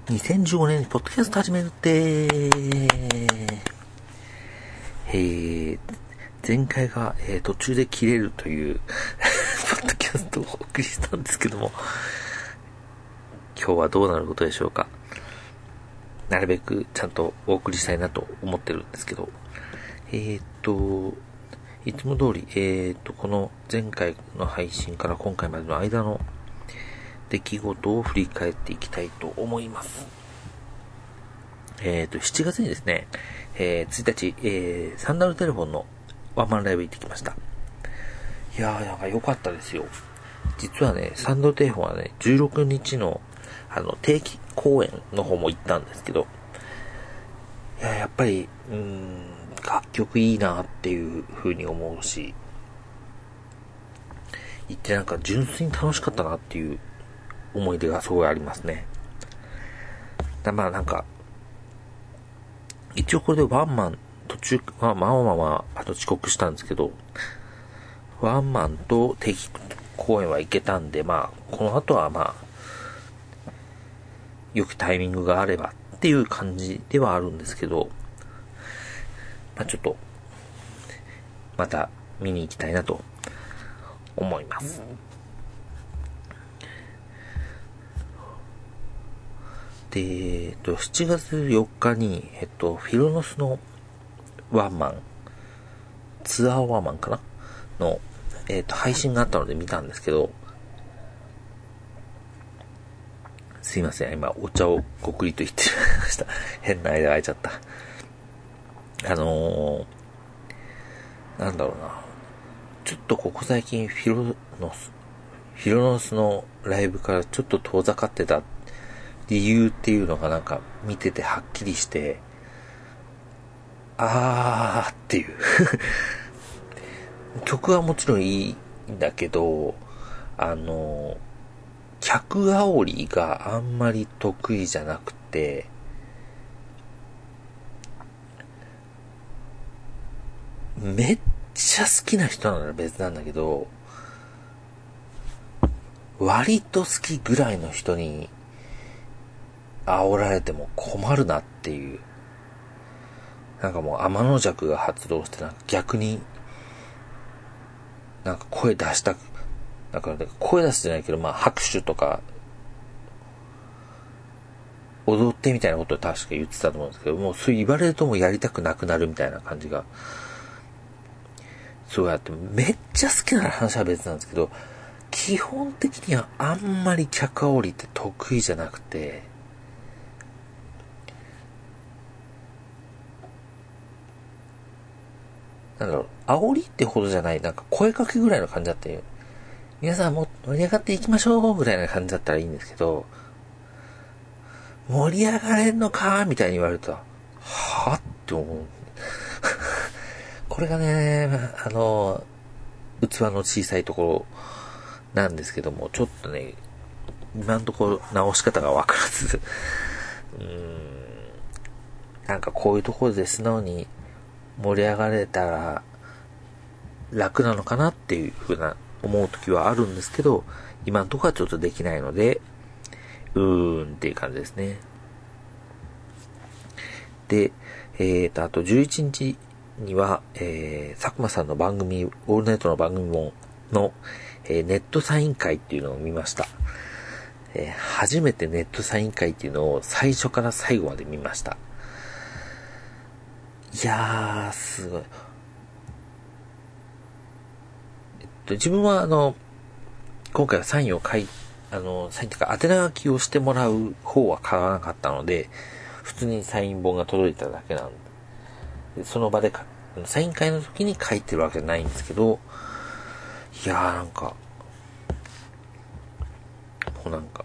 2015年にポッドキャスト始めるって、前回が、途中で切れるというポッドキャストをお送りしたんですけども、今日はどうなることでしょうか。なるべくちゃんとお送りしたいなと思ってるんですけど、いつも通り、この前回の配信から今回までの間の出来事を振り返っていきたいと思います。7月にですね、1日、サンダルテレフォンのワンマンライブ行ってきました。いやー、なんか良かったですよ。実はね、サンダルテレフォンはね、16日の定期公演の方も行ったんですけど、いや、やっぱり、楽曲いいなっていう風に思うし、行ってなんか純粋に楽しかったなっていう思い出がすごいありますね。まあなんか、一応これでワンマン途中、あと遅刻したんですけど、ワンマンと定期公演は行けたんで、まあ、この後はまあ、よくタイミングがあればっていう感じではあるんですけど、まあちょっと、また見に行きたいなと思います。で、7月4日に、フィロノスのワンマン、ツアーワンマンかなの、配信があったので見たんですけど、すいません、今お茶をごくりと言ってしまいました。変な間が空いちゃった。なんだろうな。ちょっとここ最近フィロノスのライブからちょっと遠ざかってた理由っていうのがなんか見ててはっきりして、っていう。曲はもちろんいいんだけど、客煽りがあんまり得意じゃなくて、めっちゃ好きな人なら別なんだけど、割と好きぐらいの人に煽られても困るなっていう。なんかもう天の弱が発動して、なんか逆に、なんか声出したく、なんか声出すじゃないけど、まあ拍手とか、踊ってみたいなことを確か言ってたと思うんですけど、もうそう言われるともうやりたくなくなるみたいな感じが、そうやってめっちゃ好きな話は別なんですけど、基本的にはあんまり客煽りって得意じゃなくて、なんだろう、煽りってほどじゃない、なんか声かけぐらいの感じだって、皆さんも盛り上がっていきましょうぐらいな感じだったらいいんですけど、盛り上がれんのかみたいに言われると、はって思う。これがね、器の小さいところなんですけども、ちょっとね、今のところ直し方がわからず、なんかこういうところで素直に盛り上がれたら楽なのかなっていう風な思う時はあるんですけど、今のところはちょっとできないので、っていう感じですね。で、あと11日には、佐久間さんの番組、オールナイトの番組の、ネットサイン会っていうのを見ました。初めてネットサイン会っていうのを最初から最後まで見ました。いやー、すごい。自分は今回はサインをサインというか宛名書きをしてもらう方は買わなかったので、普通にサイン本が届いただけなんで、その場でサイン会の時に書いてるわけじゃないんですけど、いやーなんか、もうなんか、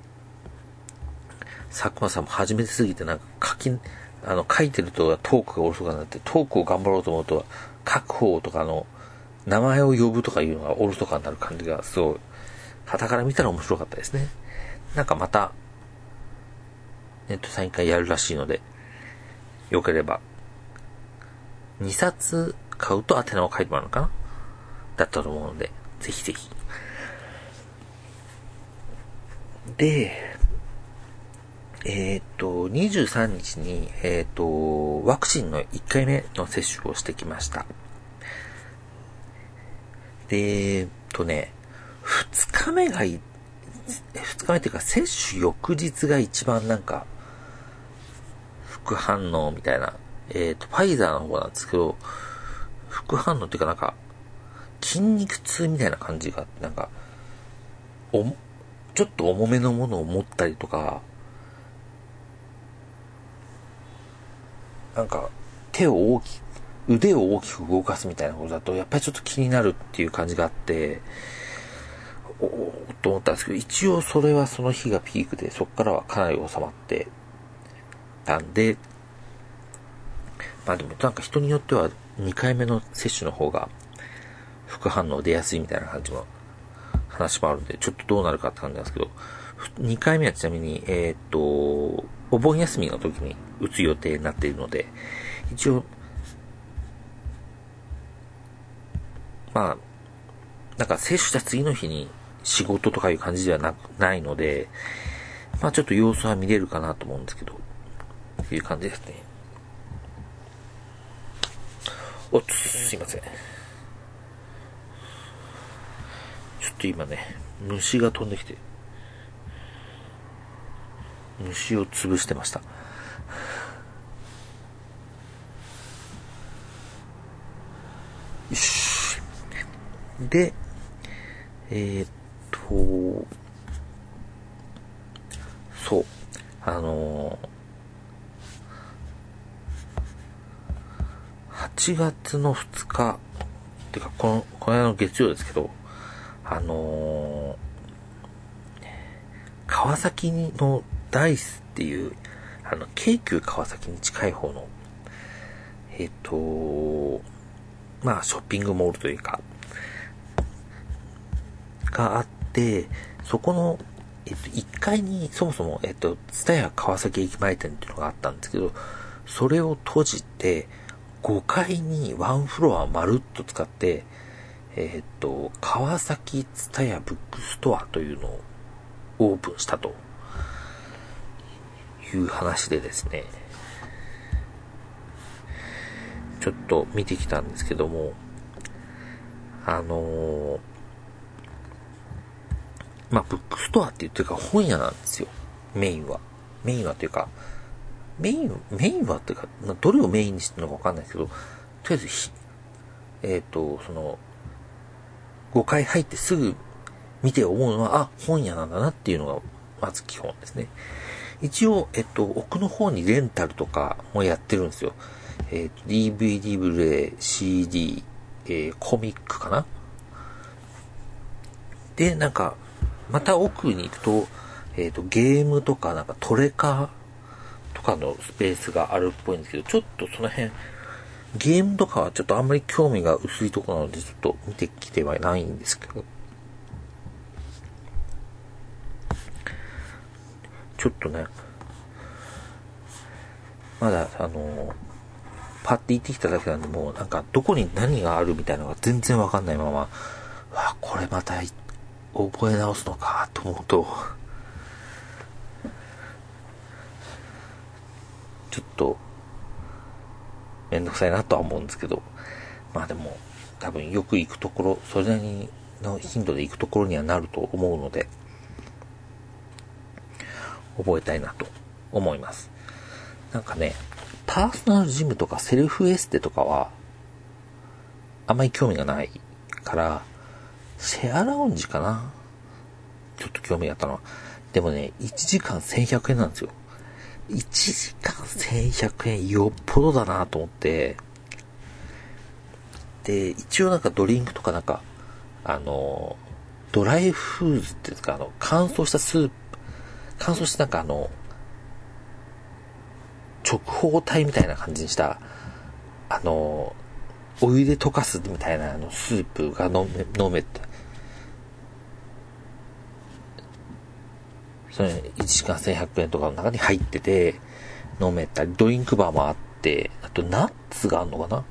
佐久間さんも初めてすぎてなんか書いてるとトークがおろそかになって、トークを頑張ろうと思うと、書く方とか名前を呼ぶとかいうのがおろそかになる感じがすごい、傍から見たら面白かったですね。なんかまた、ネットサイン会やるらしいので、よければ、2冊買うと宛名を書いてもらうのかなだったと思うので、ぜひぜひ。で、 23日に、ワクチンの1回目の接種をしてきました。で、2日目っていうか、接種翌日が一番なんか、副反応みたいな、ファイザーの方なんですけど、副反応っていうかなんか、筋肉痛みたいな感じがあって、なんか、ちょっと重めのものを持ったりとか、なんか、腕を大きく動かすみたいなことだと、やっぱりちょっと気になるっていう感じがあって、と思ったんですけど、一応それはその日がピークで、そこからはかなり収まってたんで、まあでもなんか人によっては2回目の接種の方が副反応出やすいみたいな感じの話もあるんで、ちょっとどうなるかって感じなんですけど、2回目はちなみに、お盆休みの時に打つ予定になっているので、一応、まあ、なんか接種した次の日に仕事とかいう感じではないので、まあちょっと様子は見れるかなと思うんですけど、という感じですね。すいません。ちょっと今ね、虫が飛んできて、虫を潰してました。よし。で、そう。8月の2日、てか、この間の月曜ですけど、川崎のダイスっていう、京急川崎に近い方の、まあ、ショッピングモールというか、があって、そこの、1階にそもそも、ツタヤ川崎駅前店っていうのがあったんですけど、それを閉じて、5階にワンフロアまるっと使って、川崎ツタヤブックストアというのをオープンしたという話でですね、ちょっと見てきたんですけども、まあ、ブックストアって言ってるか本屋なんですよ。メインはっていうか、メインはっていうか、どれをメインにしてるのかわかんないですけど、とりあえず5回入ってすぐ見て思うのは、本屋なんだなっていうのが、まず基本ですね。一応、奥の方にレンタルとかもやってるんですよ。DVD、ブルーレイ、CD、コミックかな。で、なんか、また奥に行くと、ゲームとか、なんかトレカとかのスペースがあるっぽいんですけど、ちょっとその辺、ゲームとかはちょっとあんまり興味が薄いところなので、ちょっと見てきてはないんですけど、ちょっとね、まだ、パッて行ってきただけなんで、もうなんかどこに何があるみたいなのが全然わかんないまま、これまた覚え直すのかと思うと、ちょっとめんどくさいなとは思うんですけど、まあでも多分よく行くところ、それなりの頻度で行くところにはなると思うので、覚えたいなと思います。なんかね、パーソナルジムとかセルフエステとかはあんまり興味がないから、シェアラウンジかな、ちょっと興味があったのは。でもね、1時間1100円なんですよ。1時間1100円よっぽどだなと思って、で、一応なんかドリンクとかなんか、ドライフーズっていうんですか、乾燥したスープ、乾燥してなんか直方体みたいな感じにした、お湯で溶かすみたいなスープが飲めて、それ1時間1100円とかの中に入ってて、飲めたり、ドリンクバーもあって、あとナッツがあるのかな、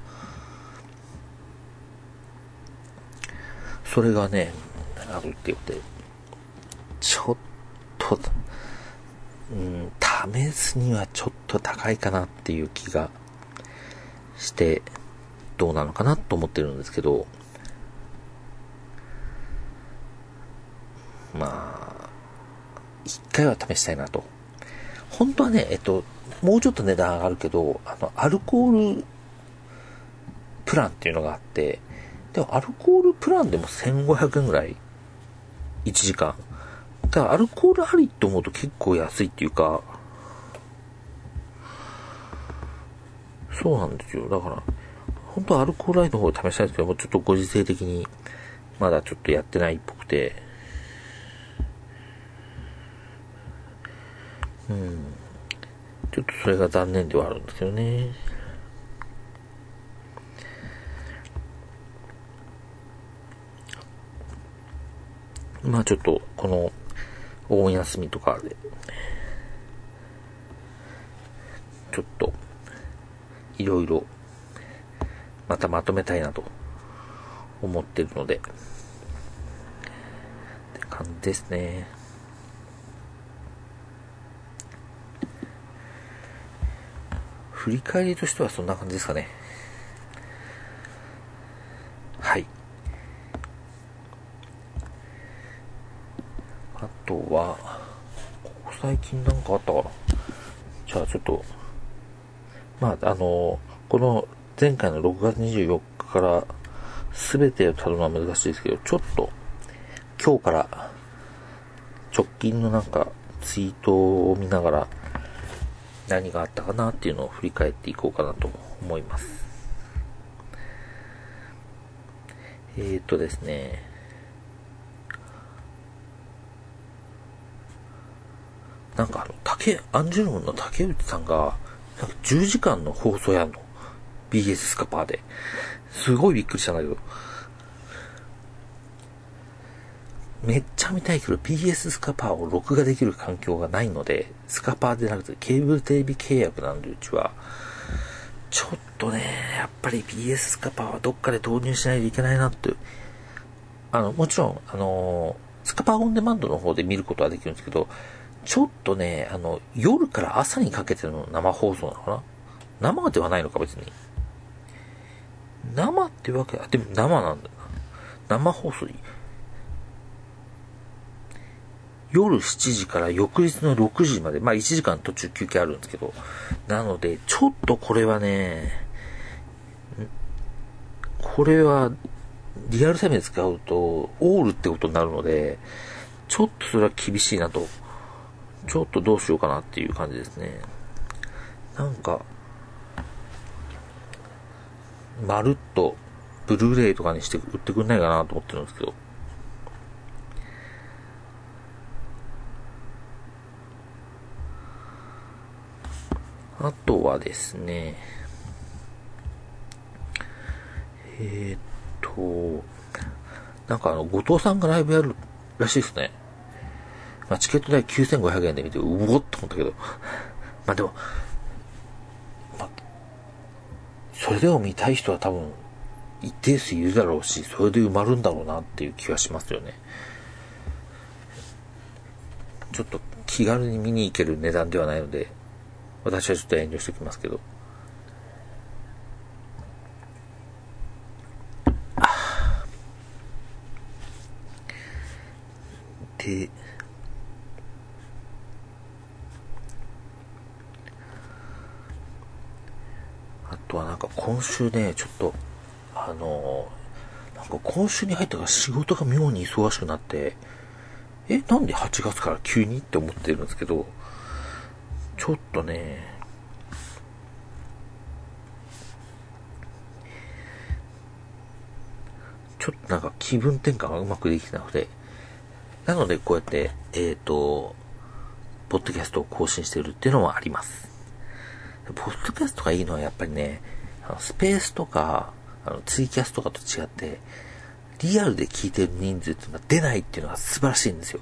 それがね、あるって言って、ちょっと、た試すにはちょっと高いかなっていう気がして、どうなのかなと思ってるんですけど、まあ、一回は試したいなと。本当はね、もうちょっと値段上がるけど、アルコールプランっていうのがあって、でもアルコールプランでも1500円ぐらい ?1 時間。だからアルコールありって思うと結構安いっていうか、そうなんですよ。だから、本当はアルコールありの方で試したいんですけども、ちょっとご時世的にまだちょっとやってないっぽくて、ちょっとそれが残念ではあるんですけどね。まあちょっと、この、お盆休みとかで、ちょっと、いろいろ、またまとめたいなと、思ってるので、って感じですね。振り返りとしてはそんな感じですかね。はい。あとは、ここ最近なんかあったかな。じゃあちょっと、まあ、この前回の6月24日から全てをたどるのは難しいですけど、ちょっと今日から直近のなんかツイートを見ながら何があったかなっていうのを振り返っていこうかなと思います。ですね。なんかアンジュルムの竹内さんが、なんか10時間の放送やんの。BS スカパーで。すごいびっくりしたんだけど。めっちゃ見たいけど BS スカパーを録画できる環境がないので、スカパーでなくてケーブルテレビ契約なんでうちは、ちょっとね、やっぱり BS スカパーはどっかで導入しないといけないなって。もちろん、スカパーオンデマンドの方で見ることはできるんですけど、ちょっとね、夜から朝にかけての生放送なのかな。生ではないのか別に。生ってわけ、でも生なんだよな。生放送に。夜7時から翌日の6時まで、まあ1時間途中休憩あるんですけど、なので、ちょっとこれはね、これは、リアルタイムで使うと、オールってことになるので、ちょっとそれは厳しいなと。ちょっとどうしようかなっていう感じですね。なんか、まるっと、ブルーレイとかにして売ってくんないかなと思ってるんですけど。あとはですね、なんか後藤さんがライブやるらしいですね。まあ、チケット代9500円で見て、うおっと思ったけど。まあでも、それでも見たい人は多分、一定数いるだろうし、それで埋まるんだろうなっていう気はしますよね。ちょっと気軽に見に行ける値段ではないので、私はちょっと遠慮しておきますけど。で、あとはなんか今週ね、ちょっと、なんか今週に入ったから仕事が妙に忙しくなって、なんで8月から急にって思ってるんですけど、ちょっとね、ちょっとなんか気分転換がうまくできてなくて、なのでこうやって、ポッドキャストを更新してるっていうのもあります。ポッドキャストがいいのはやっぱりね、スペースとか、ツイキャスとかと違って、リアルで聞いてる人数っていうのは出ないっていうのが素晴らしいんですよ。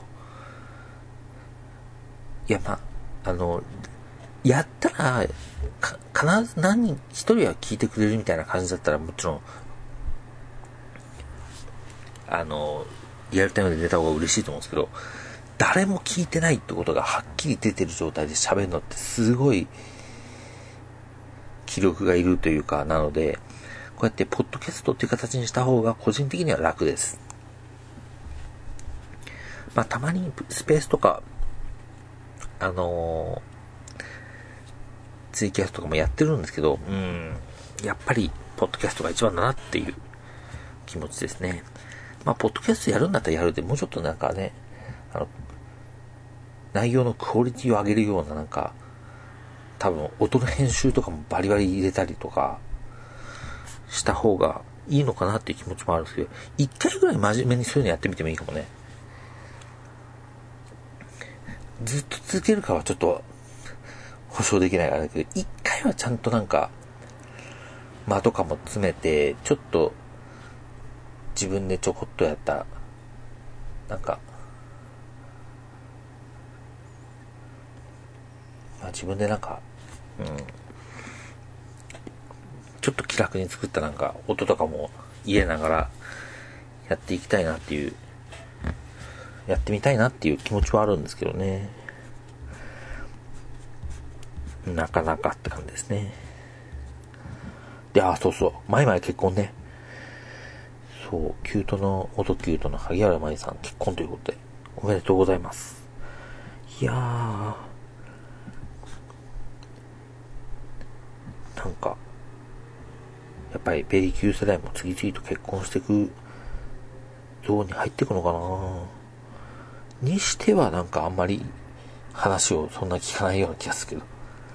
いや、まあ、やったら、必ず一人は聞いてくれるみたいな感じだったらもちろん、リアルタイムで出た方が嬉しいと思うんですけど、 誰も聞いてないってことがはっきり出てる状態で喋るのってすごい気力がいるというか、なので、こうやってポッドキャストっていう形にした方が個人的には楽です。まあたまにスペースとか、ツイキャスとかもやってるんですけど、やっぱりポッドキャストが一番だなっていう気持ちですね。まあポッドキャストやるんだったらやるで、もうちょっとなんかね、内容のクオリティを上げるようななんか、多分音の編集とかもバリバリ入れたりとかした方がいいのかなっていう気持ちもあるんですけど、一回ぐらい真面目にそういうのやってみてもいいかもね。ずっと続けるかはちょっと保証できないからだけど、一回はちゃんとなんか間とかも詰めて、ちょっと自分でちょこっとやったなんか、まあ、自分でなんか、ちょっと気楽に作ったなんか音とかも入れながらやっていきたいなっていう、やってみたいなっていう気持ちはあるんですけどね。なかなかって感じですね。で、そうそう、前々結婚ね。そう、元キュートの萩原舞さん結婚ということで、おめでとうございます。いやー、なんか、やっぱりベリー級世代も次々と結婚していくゾーンに入っていくのかなにしてはなんかあんまり話をそんな聞かないような気がするけど。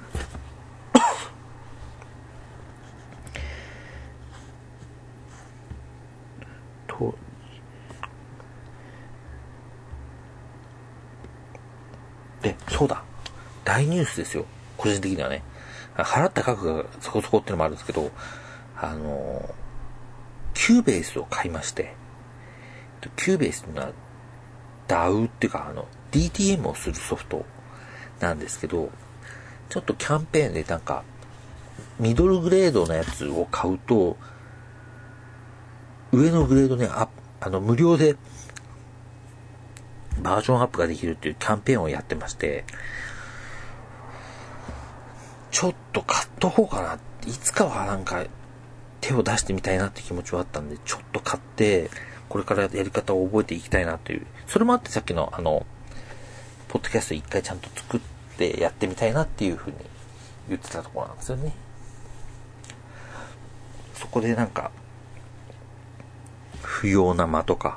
で、そうだ。大ニュースですよ。個人的にはね。払った額がそこそこってのもあるんですけど、キューベースを買いまして、キューベースっていうのは DAW っていうかDTM をするソフトなんですけど、ちょっとキャンペーンでなんかミドルグレードのやつを買うと上のグレードね、無料でバージョンアップができるっていうキャンペーンをやってまして、ちょっと買っとこうかな。いつかはなんか手を出してみたいなって気持ちはあったんで、ちょっと買ってこれからやり方を覚えていきたいなという、それもあってさっきのポッドキャスト一回ちゃんと作ってやってみたいなっていうふうに言ってたところなんですよね。そこでなんか不要な間とか、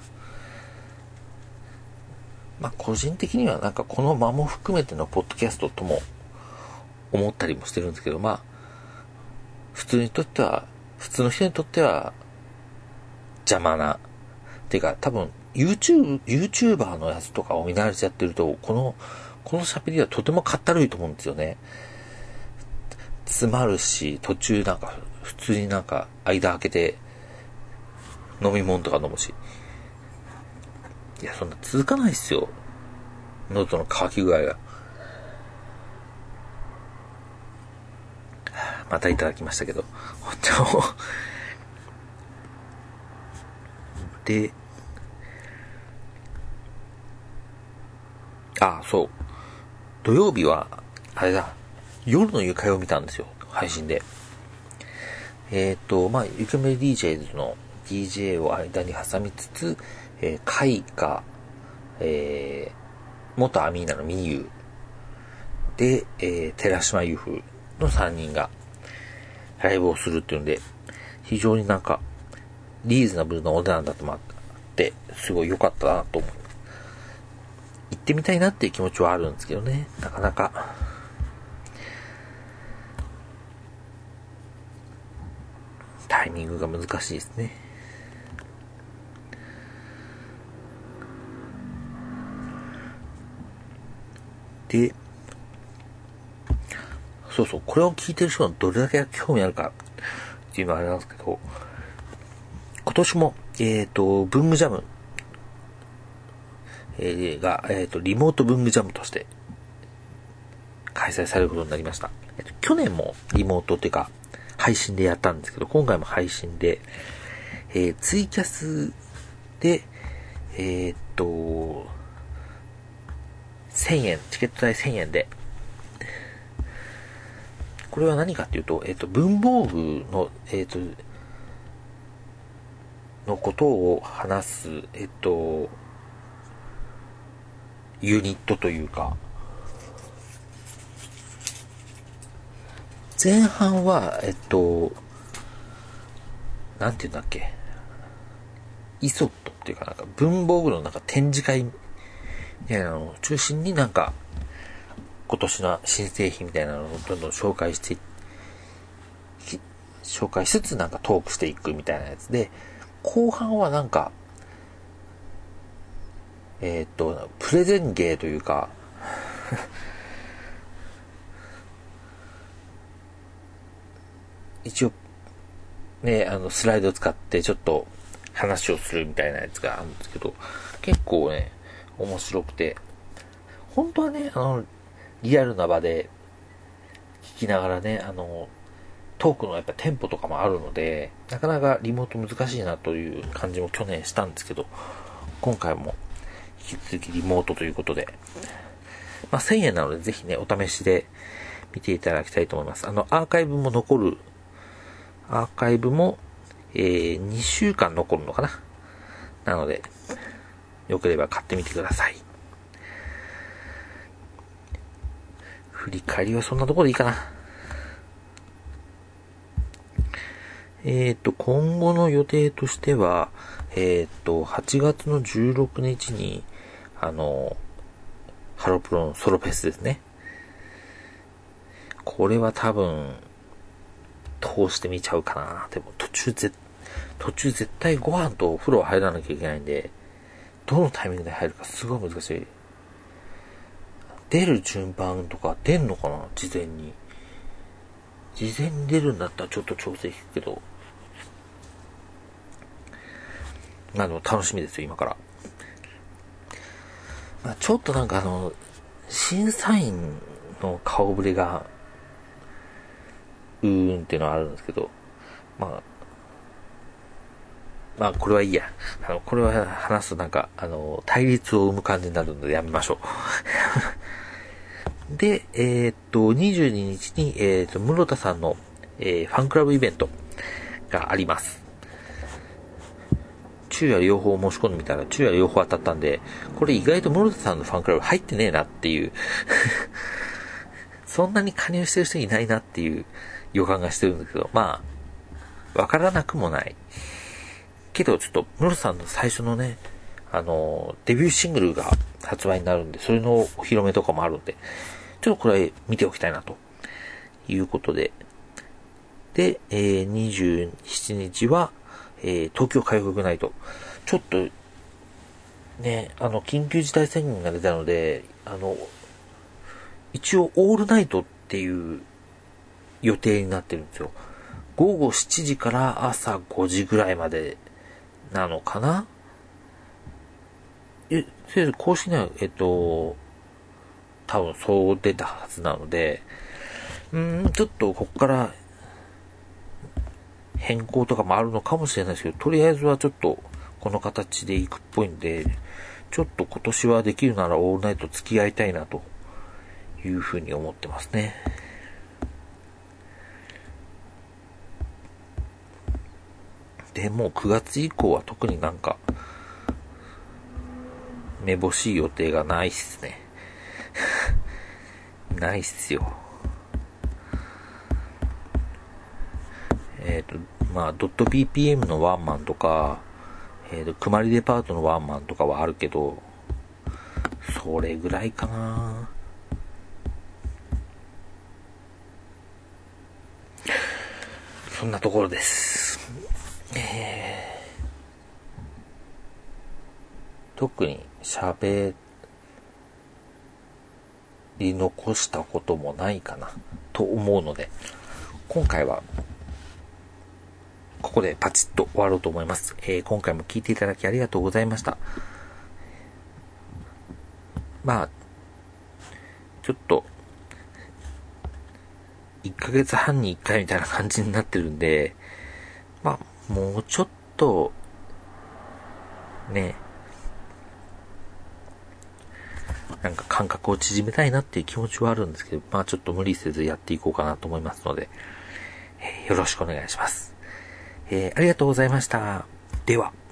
まあ個人的にはなんかこの間も含めてのポッドキャストとも思ったりもしてるんですけど、まあ普通の人にとっては邪魔なっていうか、多分YouTuber のやつとかを見慣れちゃってると、この喋りはとてもかったるいと思うんですよね。詰まるし、途中なんか普通になんか間開けて飲み物とか飲むし、いやそんな続かないっすよ、喉の渇き具合が。またいただきましたけど、お茶をで、そう。土曜日は、あれだ、夜の床を見たんですよ、配信で。まあ、ゆけめ DJs の DJ を間に挟みつつ、カイカ、元アミーナのミユで、寺島由布の3人がライブをするっていうので、非常になんか、リーズナブルなお値段だともあって、すごい良かったなと思う。行ってみたいなっていう気持ちはあるんですけどね、なかなか。タイミングが難しいですね。で、そうそう、これを聞いてる人がどれだけ興味あるかっていうのはあれなんですけど、今年も、文具ジャム、が、リモート文具ジャムとして開催されることになりました。去年もリモートっていうか配信でやったんですけど、今回も配信で、ツイキャスで、 1000円、チケット代1000円で、これは何かっていうと、文房具の、のことを話す、ユニットというか、前半は、なんていうんだっけ、イソットっていうかなんか文房具のなんか展示会みたいなのを中心になんか今年の新製品みたいなのをどんどん紹介しつつなんかトークしていくみたいなやつで、後半はなんかプレゼン芸というか一応ね、スライドを使ってちょっと話をするみたいなやつがあるんですけど、結構ね、面白くて、本当はね、リアルな場で聞きながらね、トークのやっぱテンポとかもあるので、なかなかリモート難しいなという感じも去年したんですけど、今回も引き続きリモートということで、まあ1000円なのでぜひね、お試しで見ていただきたいと思います。アーカイブも、2週間残るのかな。なので、よければ買ってみてください。振り返りはそんなところでいいかな。今後の予定としては、8月の16日に、ハロプロのソロフェスですね。これは多分、通してみちゃうかな。でも途中絶対ご飯とお風呂入らなきゃいけないんで、どのタイミングで入るかすごい難しい。出る順番とか出んのかな、事前に。事前に出るんだったらちょっと調整引くけど。でも楽しみですよ、今から。ちょっとなんか審査員の顔ぶれが、っていうのはあるんですけど、まあ、これはいいや。これは話すとなんか、対立を生む感じになるのでやめましょう。で、22日に、室田さんの、ファンクラブイベントがあります。昼夜両方申し込んでみたら、昼夜両方当たったんで、これ意外と室田さんのファンクラブ入ってねえなっていう、そんなに加入してる人いないなっていう予感がしてるんですけど、まあ、わからなくもない。けどちょっと室田さんの最初のね、デビューシングルが発売になるんで、それのお披露目とかもあるんで、ちょっとこれ見ておきたいなということで。で、27日は、東京海国ナイト。ちょっと、ね、緊急事態宣言が出たので、一応オールナイトっていう予定になってるんですよ。午後7時から朝5時ぐらいまでなのかな？公式には、多分そう出たはずなので、ちょっとこっから変更とかもあるのかもしれないですけど、とりあえずはちょっとこの形でいくっぽいんで、ちょっと今年はできるならオールナイト付き合いたいなというふうに思ってますね。で、もう9月以降は特になんか、めぼしい予定がないっすね。ないっすよ。まあ、ドット BPM のワンマンとか、くまりデパートのワンマンとかはあるけど、それぐらいかな。そんなところです。特に喋り残したこともないかなと思うので、今回はここでパチッと終わろうと思います。今回も聞いていただきありがとうございました。まあ、ちょっと、1ヶ月半に1回みたいな感じになってるんで、まあ、もうちょっと、ね、 なんか間隔を縮めたいなっていう気持ちはあるんですけど、まあちょっと無理せずやっていこうかなと思いますので、よろしくお願いします。ありがとうございました。では。